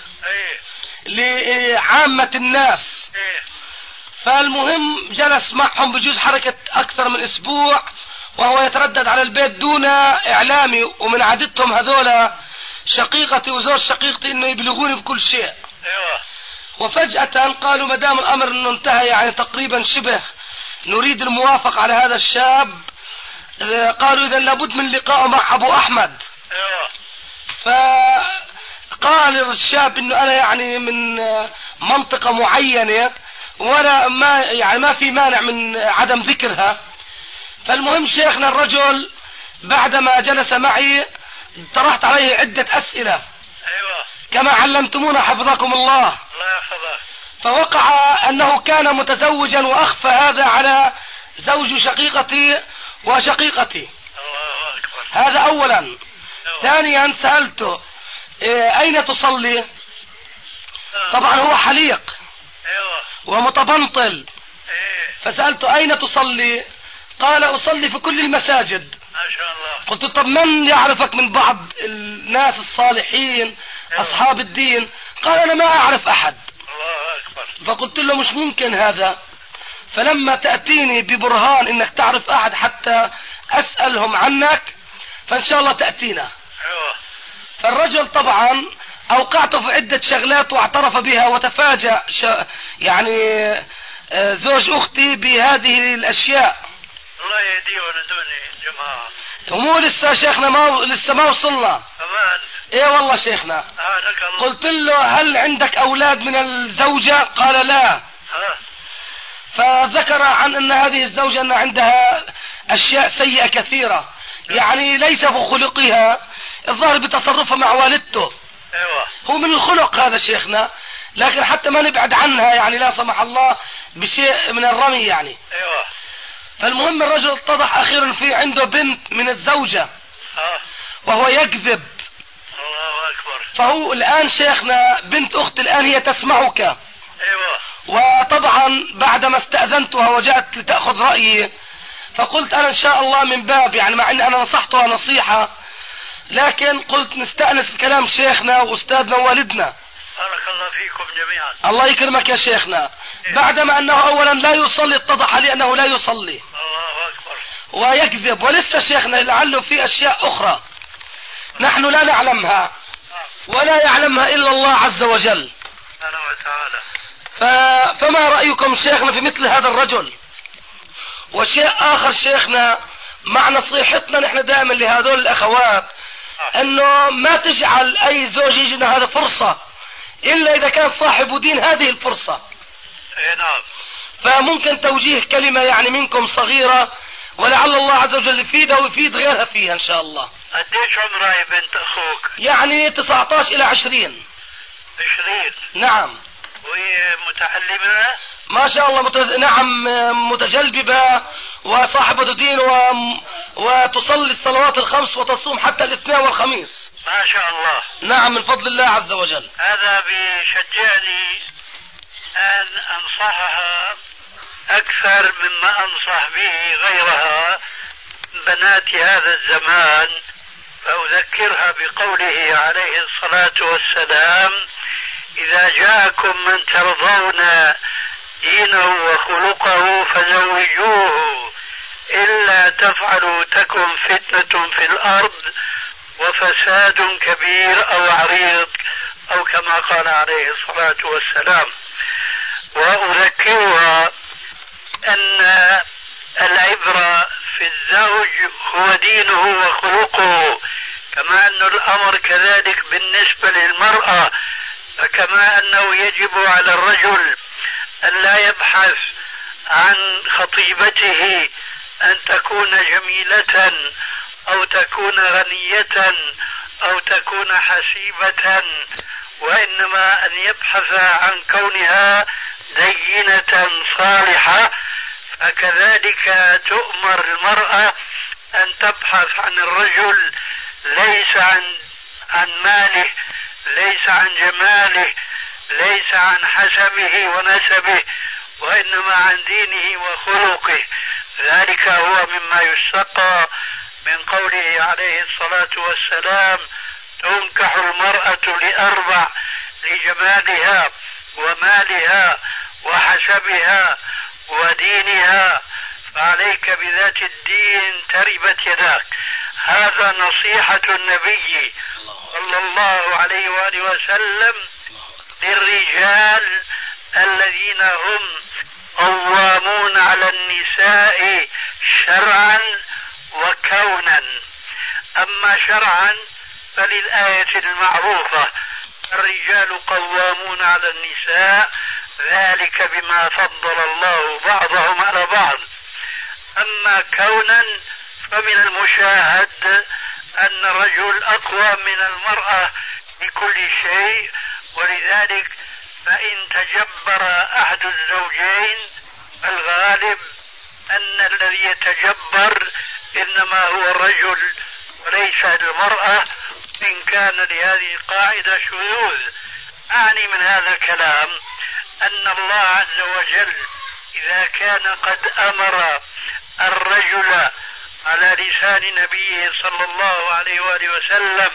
لعامة الناس. فالمهم جلس معهم بجوز حركة أكثر من أسبوع وهو يتردد على البيت دون إعلامي، ومن عادتهم هذولا شقيقتي وزوج شقيقتي إنه يبلغوني بكل شيء. وفجأة قالوا ما دام الأمر إنه انتهى يعني تقريبا شبه نريد الموافقة على هذا الشاب، قالوا إذا لابد من لقائه مع أبو أحمد. فقال الشاب إنه أنا يعني من منطقة معينة ولا ما في مانع من عدم ذكرها. فالمهم شيخنا الرجل بعدما جلس معي طرحت عليه عدة أسئلة كما علمتمونا حفظكم الله. فوقع أنه كان متزوجا وأخفى هذا على زوج شقيقتي وشقيقتي. هذا أولا. ثانيا سألته أين تصلي؟ طبعا هو حليق ومتبنطل، فسألته أين تصلي؟ قال أصلي في كل المساجد. قلت طب من يعرفك من بعض الناس الصالحين أصحاب الدين؟ قال أنا ما أعرف أحد. فقلت له مش ممكن هذا، فلما تأتيني ببرهان إنك تعرف أحد حتى أسألهم عنك فإن شاء الله تأتينا. فالرجل طبعا أوقعته في عدة شغلات واعترف بها، وتفاجأ يعني زوج أختي بهذه الأشياء. الله يهديهم دوني جماعة. ومو لسه شيخنا لسه ما وصلنا. ايه والله شيخنا. قلت له هل عندك أولاد من الزوجة؟ قال لا. فذكر عن أن هذه الزوجة أن عندها أشياء سيئة كثيرة، يعني ليس بخلقها، الظاهر بتصرفها مع والدته. هو من الخلق هذا شيخنا، لكن حتى ما نبعد عنها يعني لا سمح الله بشيء من الرمي يعني. فالمهم الرجل اتضح أخيرا في عنده بنت من الزوجة وهو يكذب. فهو الآن شيخنا بنت أختي الآن هي تسمعك. وطبعا بعدما استأذنتها وجاءت لتأخذ رأيي فقلت أنا إن شاء الله من باب يعني مع أن أنا نصحتها نصيحة، لكن قلت نستأنس بكلام شيخنا وأستاذنا ووالدنا. بارك الله فيكم جميعا. الله يكرمك يا شيخنا. بعدما أنه أولا لا يصلي اتضح لي أنه لا يصلي. الله أكبر. ويكذب، ولسه شيخنا لعله في أشياء أخرى نحن لا نعلمها ولا يعلمها إلا الله عز وجل. فما رأيكم شيخنا في مثل هذا الرجل؟ وشيء آخر شيخنا مع نصيحتنا نحن دائما لهذول الأخوات أنه ما تجعل أي زوج يجينا هذا فرصة إلا إذا كان صاحب دين هذه الفرصة. نعم. فممكن توجيه كلمة يعني منكم صغيرة ولعل الله عز وجل يفيدها ويفيد غيرها فيها إن شاء الله. قديش عمرها بنت أخوك؟ يعني 19 إلى 20. 20. نعم. وهي متعلمة؟ ما شاء الله نعم متجلببة وصاحبة دين وتصلي الصلوات الخمس وتصوم حتى الاثنين والخميس. ما شاء الله. نعم من فضل الله عز وجل. هذا بيشجعني أن أنصحها أكثر مما أنصح به غيرها بنات هذا الزمان، فأذكرها بقوله عليه الصلاة والسلام: إذا جاءكم من ترضون دينه وخلقه فزوجوه، إلا تفعلوا تكن فتنة في الأرض وفساد كبير أو عريض، أو كما قال عليه الصلاة والسلام. وأذكرها أن العبرة في الزوج هو دينه وخلقه، كما أن الأمر كذلك بالنسبة للمرأة، فكما أنه يجب على الرجل أن لا يبحث عن خطيبته أن تكون جميلة أو تكون غنية أو تكون حسيبة، وإنما أن يبحث عن كونها دينة صالحة. فكذلك تؤمر المرأة أن تبحث عن الرجل ليس عن عن ماله، ليس عن جماله، ليس عن حسبه ونسبه، وإنما عن دينه وخلقه. ذلك هو مما يستقى من قوله عليه الصلاة والسلام: تنكح المرأة لأربع: لجمالها ومالها وحسبها ودينها، فعليك بذات الدين تربت يداك. هذا نصيحة النبي صلى الله عليه وآله وسلم للرجال الذين هم قوامون على النساء شرعا وكونا. أما شرعا فللآية المعروفة: الرجال قوامون على النساء، ذلك بما فضل الله بعضهم على بعض. أما كونا فمن المشاهد أن الرجل أقوى من المرأة بكل شيء، ولذلك فإن تجبر أحد الزوجين الغالب أن الذي يتجبر إنما هو الرجل وليس المرأة، إن كان لهذه القاعدة شذوذ. أعني من هذا الكلام أن الله عز وجل إذا كان قد أمر الرجل على لسان نبيه صلى الله عليه وآله وسلم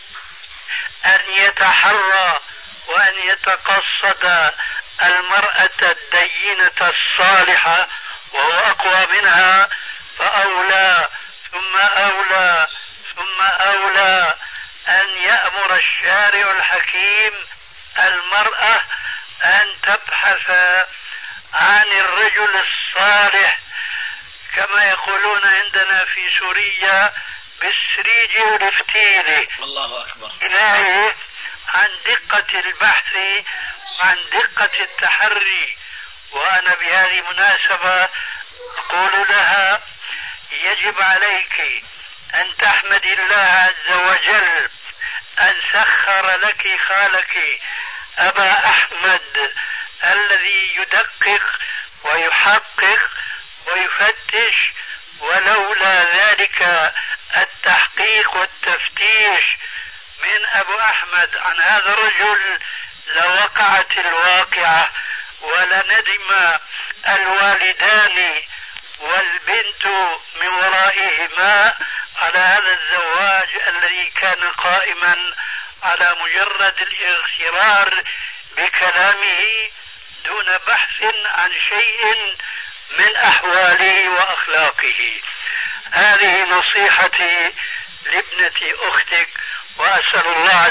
أن يتحرى وأن يتقصد المرأة الدينة الصالحة وهو أقوى منها، فأولى ثم أولى ثم أولى أن يأمر الشارع الحكيم المرأة أن تبحث عن الرجل الصالح، كما يقولون عندنا في سوريا بالسريج والفتيل. الله أكبر. إلهي عن دقة البحث وعن دقة التحري. وأنا بهذه المناسبة أقول لها: يجب عليك أن تحمد الله عز وجل أن سخر لك خالك أبا أحمد الذي يدقق ويحقق ويفتش، ولولا ذلك التحقيق والتفتيش من أبو أحمد عن هذا الرجل لوقعت الواقعة ولندم الوالدان والبنت من ورائهما على هذا الزواج الذي كان قائما على مجرد الاغترار بكلامه دون بحث عن شيء من أحواله وأخلاقه. هذه نصيحتي لابنة أختك، وأسأل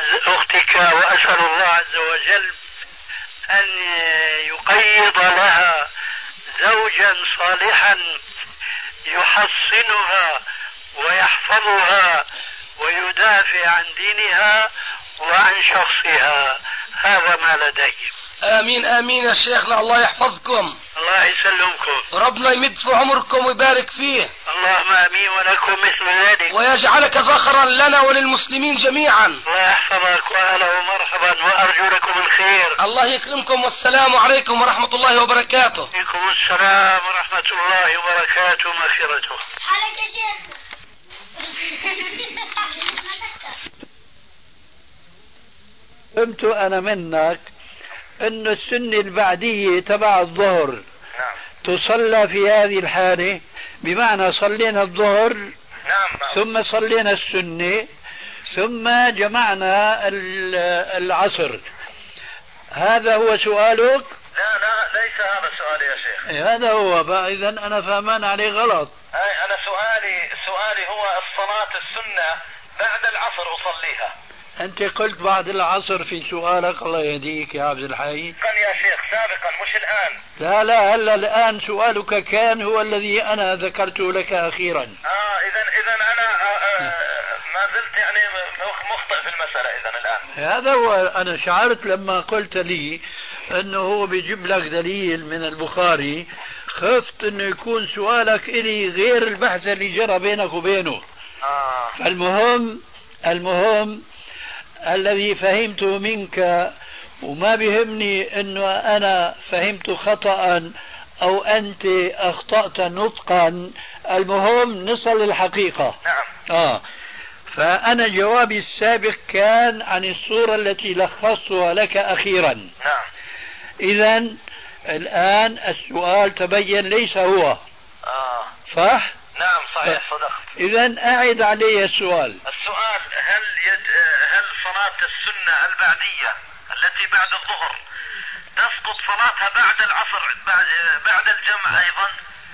الله عز وجل أن يقيض لها زوجا صالحا يحصنها ويحفظها ويدافع عن دينها وعن شخصها. هذا ما لدي. آمين آمين يا شيخنا، الله يحفظكم. الله يسلمكم. ربنا يمد في عمركم ويبارك فيه. اللهم آمين ولكم مثل ذلك. ويجعلك فخرا لنا وللمسلمين جميعا. الله يحفظك وأهلا ومرحبا، وأرجو لكم الخير. الله يكرمكم، والسلام عليكم ورحمة الله وبركاته. عليكم السلام ورحمة الله وبركاته ومغفرته. عليك يا شيخ. فهمت أنا منك أن السنة البعدية تبع الظهر تصلى في هذه الحالة، بمعنى صلينا الظهر ثم صلينا السنة ثم جمعنا العصر. هذا هو سؤالك؟ لا ليس هذا سؤالي يا شيخ. هذا هو. إذا أنا فهمان عليه غلط. أنا سؤالي هو الصلاة السنة بعد العصر أصليها. أنت قلت بعد العصر في سؤالك، الله يهديك يا عبد الحي. كان يا شيخ سابقا مش الآن. لا هلا الآن سؤالك كان هو الذي أنا ذكرته لك أخيرا. إذا أنا ما زلت يعني مخطئ في المسألة إذا الآن. هذا هو. أنا شعرت لما قلت لي أنه هو بيجيب لك دليل من البخاري، خفت أنه يكون سؤالك إلي غير البحث اللي جرى بينك وبينه. المهم الذي فهمته منك، وما بيهمني أنه أنا فهمت خطأ أو أنت أخطأت نطقا، المهم نصل للحقيقة. نعم. فأنا جوابي السابق كان عن الصورة التي لخصتها لك أخيرا. نعم. إذن الآن السؤال تبين ليس هو. صح؟ نعم صحيح صدقت. إذن أعد علي السؤال. السؤال هل صلاة السنة البعدية التي بعد الظهر تسقط صلاتها بعد العصر بعد الجمع أيضا؟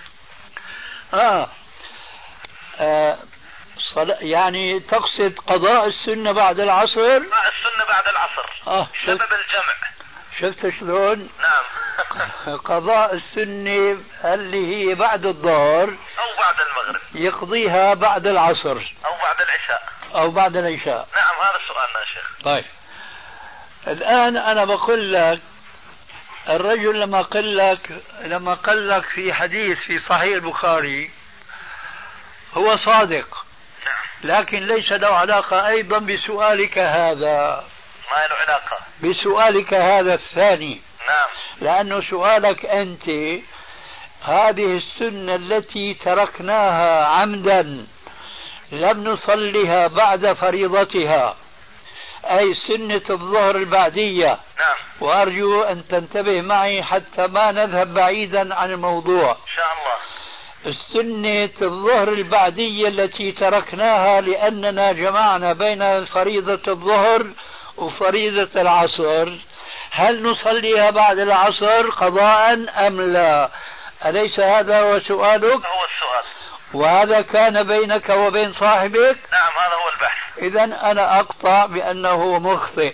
يعني تقصد قضاء السنة بعد العصر؟ قضاء السنة بعد العصر بسبب الجمع. شفت شلون؟ نعم. قضاء السنة اللي هي بعد الظهر أو بعد المغرب يقضيها بعد العصر أو بعد العشاء. نعم هذا سؤالنا يا شيخ. طيب الآن أنا بقول لك الرجل لما قال لك في حديث في صحيح البخاري هو صادق، لكن ليس له علاقة أيضا بسؤالك هذا. ما له علاقة بسؤالك هذا الثاني. نعم. لأنه سؤالك أنت هذه السنة التي تركناها عمدا لم نصلها بعد فريضتها، أي سنة الظهر البعدية. نعم. وأرجو أن تنتبه معي حتى ما نذهب بعيدا عن الموضوع. إن شاء الله. السنة الظهر البعدية التي تركناها لأننا جمعنا بين فريضة الظهر وفريضة العصر، هل نصليها بعد العصر قضاء أم لا؟ أليس هذا هو سؤالك؟ هو السؤال. وهذا كان بينك وبين صاحبك؟ نعم هذا هو البحث. إذن أنا أقطع بأنه مخطئ.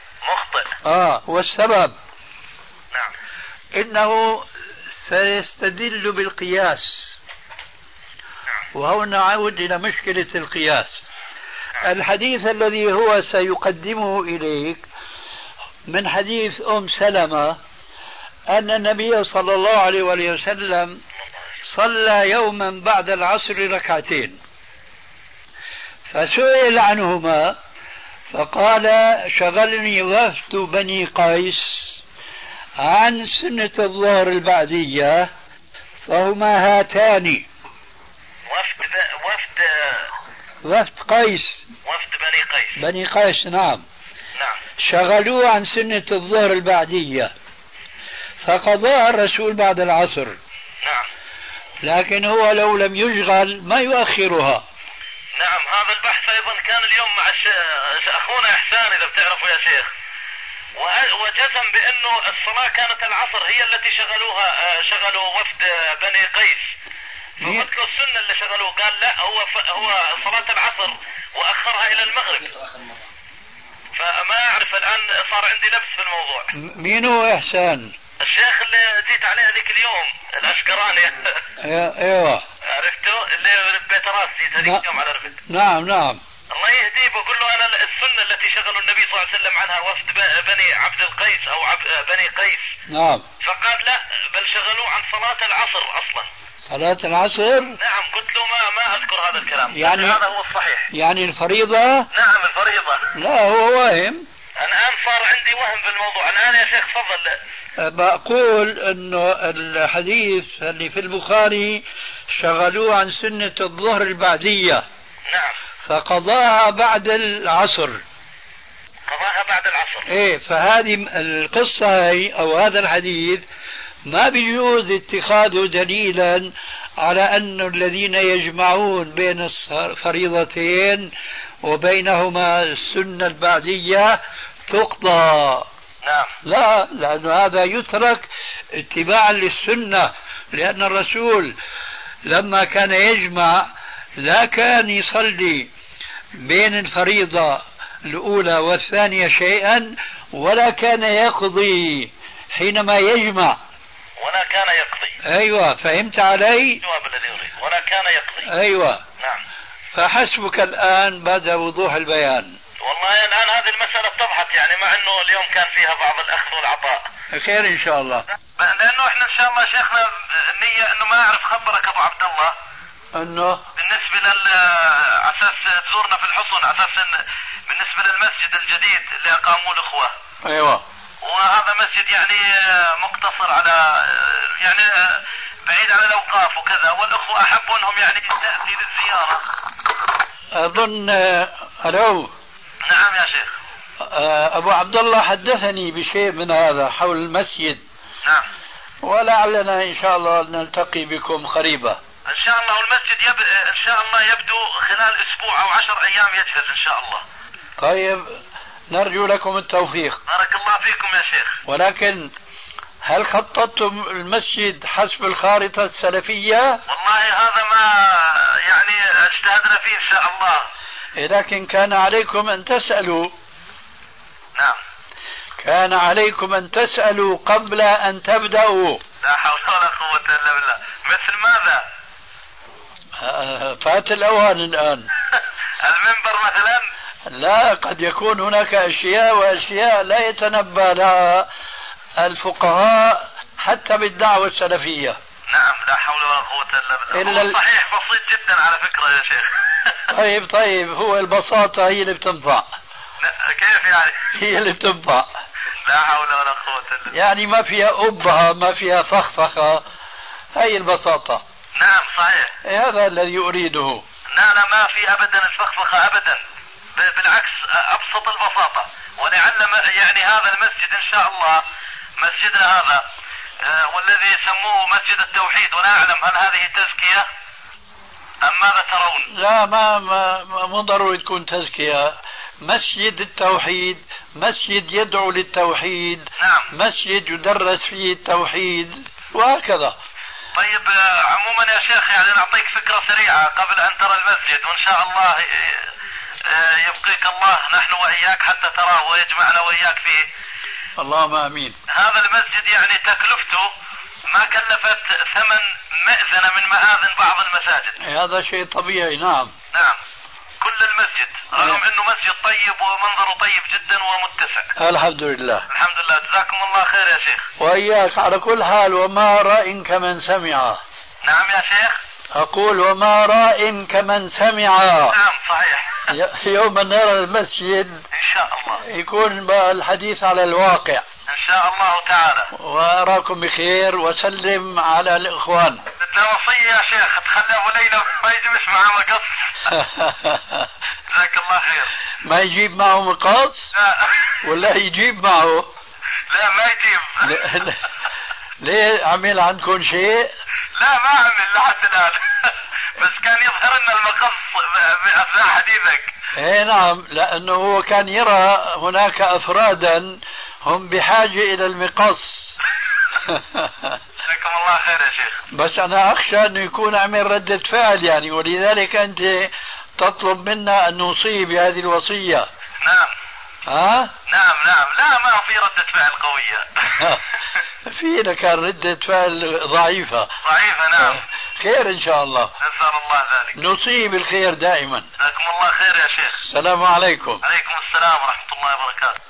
والسبب نعم إنه سيستدل بالقياس. وهنا نعود إلى مشكلة القياس. الحديث الذي هو سيقدمه إليك من حديث أم سلمة أن النبي صلى الله عليه وسلم صلى يوما بعد العصر ركعتين، فسئل عنهما فقال شغلني وفد بني قيس عن سنة الظهر البعدية فهما هاتان. وفد قيس. وفد بني قيس. بني قيس نعم. شغلوه عن سنة الظهر البعدية فقضاها الرسول بعد العصر. نعم. لكن هو لو لم يشغل ما يؤخرها. نعم هذا البحث أيضا كان اليوم مع أخونا إحسان إذا بتعرفوا يا شيخ، وجزم بأنه الصلاة كانت العصر هي التي شغلوا وفد بني قيس، فمثل السنة اللي شغلوه قال لا هو صلاة العصر وأخرها إلى المغرب. فما أعرف الآن صار عندي لبس في الموضوع. مين هو إحسان؟ الشيخ اللي جيت عليه هذيك اليوم الأشقراني. ايوه عرفته اللي بيت راس جيت هذيك اليوم على رفد. نعم. الله يهديه بقول له أنا السنة التي شغلوا النبي صلى الله عليه وسلم عنها وفد بني عبد القيس أو بني قيس. نعم. فقال لا بل شغلوه عن صلاة العصر أصلا. صلاة العصر؟ نعم. قلت له ما أذكر هذا الكلام. يعني هذا هو الصحيح. يعني الفريضة؟ نعم الفريضة. لا هو واهم. الآن صار عندي وهم في الموضوع. الآن يا شيخ تفضل. بقول انه الحديث اللي في البخاري شغلوه عن سنة الظهر البعدية. نعم. فقضاها بعد العصر. قضاها بعد العصر. ايه فهذه القصة هي او هذا الحديث ما بيجوز اتخاذه دليلا على أن الذين يجمعون بين الفريضتين وبينهما السنة البعدية تقضى. نعم. لا لأن هذا يترك اتباعا للسنة، لأن الرسول لما كان يجمع لا كان يصلي بين الفريضة الأولى والثانية شيئا ولا كان يقضي حينما يجمع ولا كان يقضي. أيوة فهمت علي؟ الجواب الذي أريد ولا كان يقضي. أيوة. نعم. فحسبك الآن بعد وضوح البيان. والله الآن هذه المسألة اتضحت يعني مع أنه اليوم كان فيها بعض الأخذ والعطاء. خير إن شاء الله. لأنه إحنا إن شاء الله شيخنا النية أنه ما أعرف خبرك أبو عبد الله أنه بالنسبة أساس تزورنا في الحصن أساس بالنسبة للمسجد الجديد اللي أقاموه الأخوة. أيوة. وهذا مسجد يعني مقتصر على يعني بعيد عن الأوقاف وكذا، والأخوة أحبوا أنهم يعني تأتي للزيارة. أظن ألو. نعم يا شيخ. أبو عبد الله حدثني بشيء من هذا حول المسجد. نعم. ولعلنا إن شاء الله نلتقي بكم قريبا. إن شاء الله. المسجد إن شاء الله يبدو خلال أسبوع أو 10 أيام يجهز إن شاء الله. طيب نرجو لكم التوفيق. بارك الله فيكم يا شيخ. ولكن هل خططتم المسجد حسب الخارطة السلفية؟ والله هذا ما يعني اجتهدنا فيه إن شاء الله. لكن كان عليكم أن تسألوا. نعم. كان عليكم أن تسألوا قبل أن تبدأوا. لا حول ولا قوة إلا بالله. مثل ماذا؟ فات الأوان الآن. المنبر مثلا؟ لا، قد يكون هناك أشياء وأشياء لا يتنبأ لها الفقهاء حتى بالدعوة السلفية. نعم. لا حول ولا قوة إلا بالله. صحيح بسيط جدا على فكرة يا شيخ. طيب هو البساطة هي اللي بتنفع. كيف يعني؟ هي اللي بتنفع. لا حول ولا قوة إلا بالله. يعني ما فيها أبهة، ما فيها فخفخة، هي البساطة. نعم صحيح. هذا الذي أريده. لا ما في أبدا الفخفخة أبدا، بالعكس أبسط البساطة. ولعل يعني هذا المسجد إن شاء الله مسجدنا هذا والذي يسموه مسجد التوحيد، ولا أعلم هل هذه تزكية أم ماذا ترون؟ لا ما مو ضروري تكون تزكية. مسجد التوحيد مسجد يدعو للتوحيد. نعم. مسجد يدرس فيه التوحيد وهكذا. طيب عموما يا شيخ يعني نعطيك فكرة سريعة قبل أن ترى المسجد، وإن شاء الله يبقيك الله نحن وإياك حتى تراه ويجمعنا وإياك فيه. اللهم آمين. هذا المسجد يعني تكلفته ما كلفت ثمن مئذنة من مآذن بعض المساجد. هذا شيء طبيعي. نعم. نعم كل المسجد رغم أنه مسجد طيب ومنظره طيب جدا ومتسع. الحمد لله. الحمد لله. جزاكم الله خير يا شيخ. وإياك على كل حال. وما راء كمن سمع. نعم يا شيخ. أقول وما راء كمن سمع. نعم صحيح. يوم نرى المسجد إن شاء الله يكون الحديث على الواقع إن شاء الله تعالى. وأراكم بخير وسلم على الإخوان. بدنا وصية يا شيخ تخلي أبو ليلى ما يجيبش معه مقص. جزاك الله خير. ما يجيب معه مقص؟ لا. ولا يجيب معه؟ لا ما يجيب. ليه عمل عندكم شيء؟ لا ما عمل لحد الآن. بس كان يظهر لنا المقص بأثناء حديثك. ايه نعم، لأنه هو كان يرى هناك أفرادا هم بحاجة إلى المقص. جزاكم الله خير يا شيخ. بس أنا أخشى أنه يكون عمل ردة فعل يعني، ولذلك أنت تطلب منا أن نوصي بهذه الوصية. نعم. ها؟ نعم. لا ما في ردة فعل قوية. فينا كان ردة فعل ضعيفة. نعم. خير إن شاء الله. نسأل الله ذلك. نصيب بالخير دائما. جزاكم الله خير يا شيخ. السلام عليكم. عليكم السلام ورحمة الله وبركاته.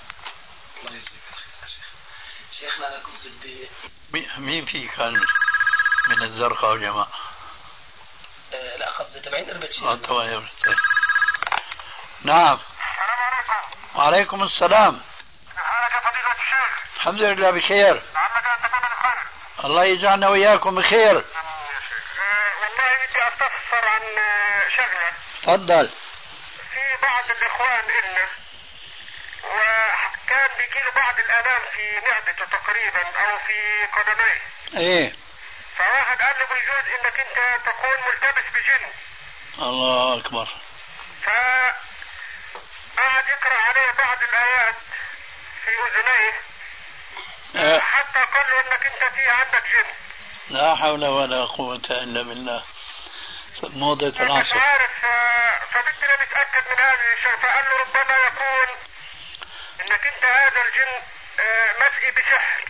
شيخنا لكم في البيت. مين في كان من الزرقاء وجماعة؟ لا أخذ تبعين أربع طيب. نعم. السلام عليكم. وعليكم السلام. حالك فضيلة الشيخ؟ الحمد لله بخير. لعلك أن تكون بخير. الله يجعلنا وإياكم بخير. والله بدي أستفسر عن شغلة. تفضل. في بعض الإخوان إلنا وكان بيجيله بعض الآلام في معدته تقريبا أو في قدميه. إيه. فواحد قال له بيجوز إنك أنت تكون ملتبس بجن. الله أكبر. فقعد يقرأ عليه بعض الآيات في أذنيه حتى قال له إنك أنت في عندك جن. لا حول ولا قوة إلا بالله. موضة العصر. مش عارف. فبدنا نتأكد من هذه الشيء. فقال له ربما يكون إنك أنت هذا الجن مسئي بسحر،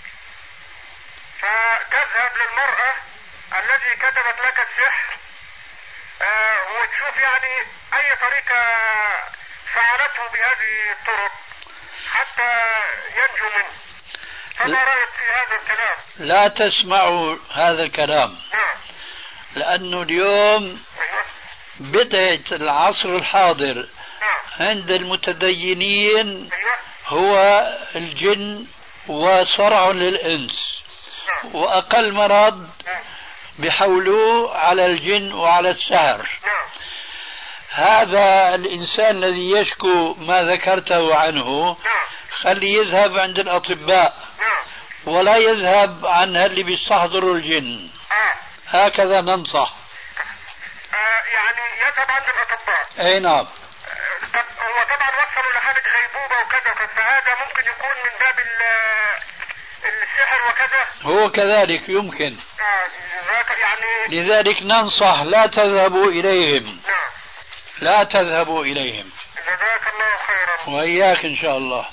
فتذهب للمرأة التي كتبت لك السحر وتشوف يعني أي طريقة فعلته بهذه الطرق حتى ينجو منه. فما رأيك في هذا الكلام؟ لا تسمعوا هذا الكلام. نعم. لأنه اليوم بدأت العصر الحاضر عند المتدينين هو الجن وصرع للإنس، وأقل مرض بحولوه على الجن وعلى السحر. نعم. هذا الإنسان الذي يشكو ما ذكرته عنه، نعم. خلي يذهب عند الأطباء، نعم. ولا يذهب عن اللي بيستحضروا الجن. هكذا ننصح. يعني يذهب عند الأطباء. أي نعم. هو طبعا وصلوا لحالة غيبوبة وكذا، فهذا ممكن يكون من باب السحر وكذا. هو كذلك يمكن. يعني لذلك ننصح لا تذهبوا إليهم. نعم. لا تذهبوا إليهم. جزاك الله خيرا. وإياك إن شاء الله.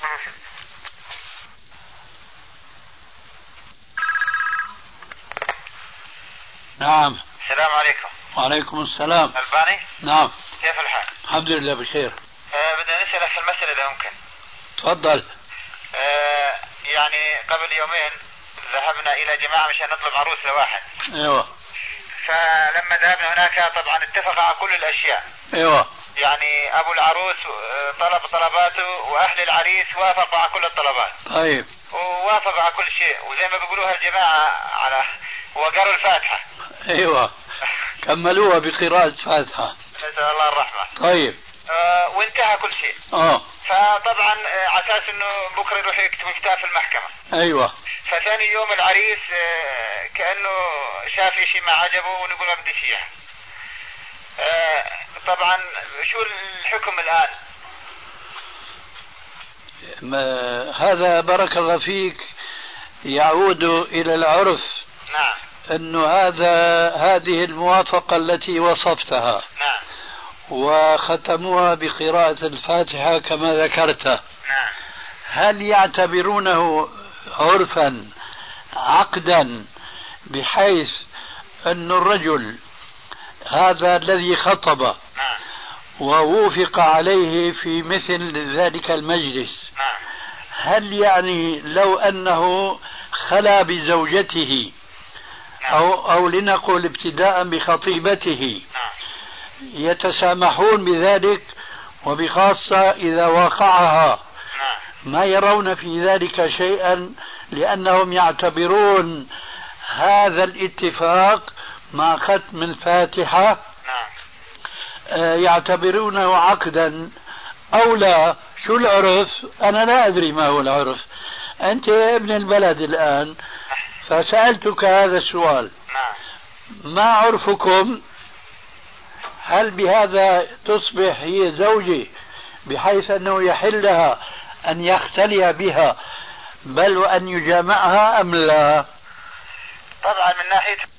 نعم. السلام عليكم. وعليكم السلام. ألباني؟ نعم. كيف الحال؟ الحمد لله بخير. بدنا نسألك في المسألة إذا ممكن. تفضل. يعني قبل يومين ذهبنا إلى جماعة مشان نطلب عروس لواحد. ايوه. فلما ذهبنا هناك طبعا اتفق على كل الأشياء. ايوه. يعني أبو العروس طلب طلباته وأهل العريس وافقوا على كل الطلبات. طيب. ووافقوا على كل شيء، وزي ما بيقولوها الجماعة على وقروا الفاتحة. ايوه. كملوها بقراءة فاتحة. نسأل الله الرحمة. طيب. وانتهى كل شيء. فطبعا على اساس انه بكره يروح يكتبوا كتاب في المحكمة. ايوه. فثاني يوم العريس كأنه شاف شيء ما عجبه ونقول ما بديش اياه. طبعا شو الحكم الآن؟ هذا بارك الله فيك يعود إلى العرف. نعم. أنه هذه الموافقة التي وصفتها. نعم. وختموها بقراءة الفاتحة كما ذكرت. نعم. هل يعتبرونه عرفا عقدا بحيث أن الرجل هذا الذي خطب نعم. ووافق عليه في مثل ذلك المجلس، نعم. هل يعني لو أنه خلا بزوجته أو لنقل ابتداء بخطيبته يتسامحون بذلك، وبخاصة إذا واقعها ما يرون في ذلك شيئا، لأنهم يعتبرون هذا الاتفاق مع ختم الفاتحة يعتبرونه عقدا أو لا؟ شو العرف؟ أنا لا أدري ما هو العرف. أنت ابن البلد الآن، فسألتك هذا السؤال. ما عرفكم؟ هل بهذا تصبح هي زوجة بحيث أنه يحل لها أن يختلي بها بل وأن يجامعها أم لا؟ طبعا من ناحية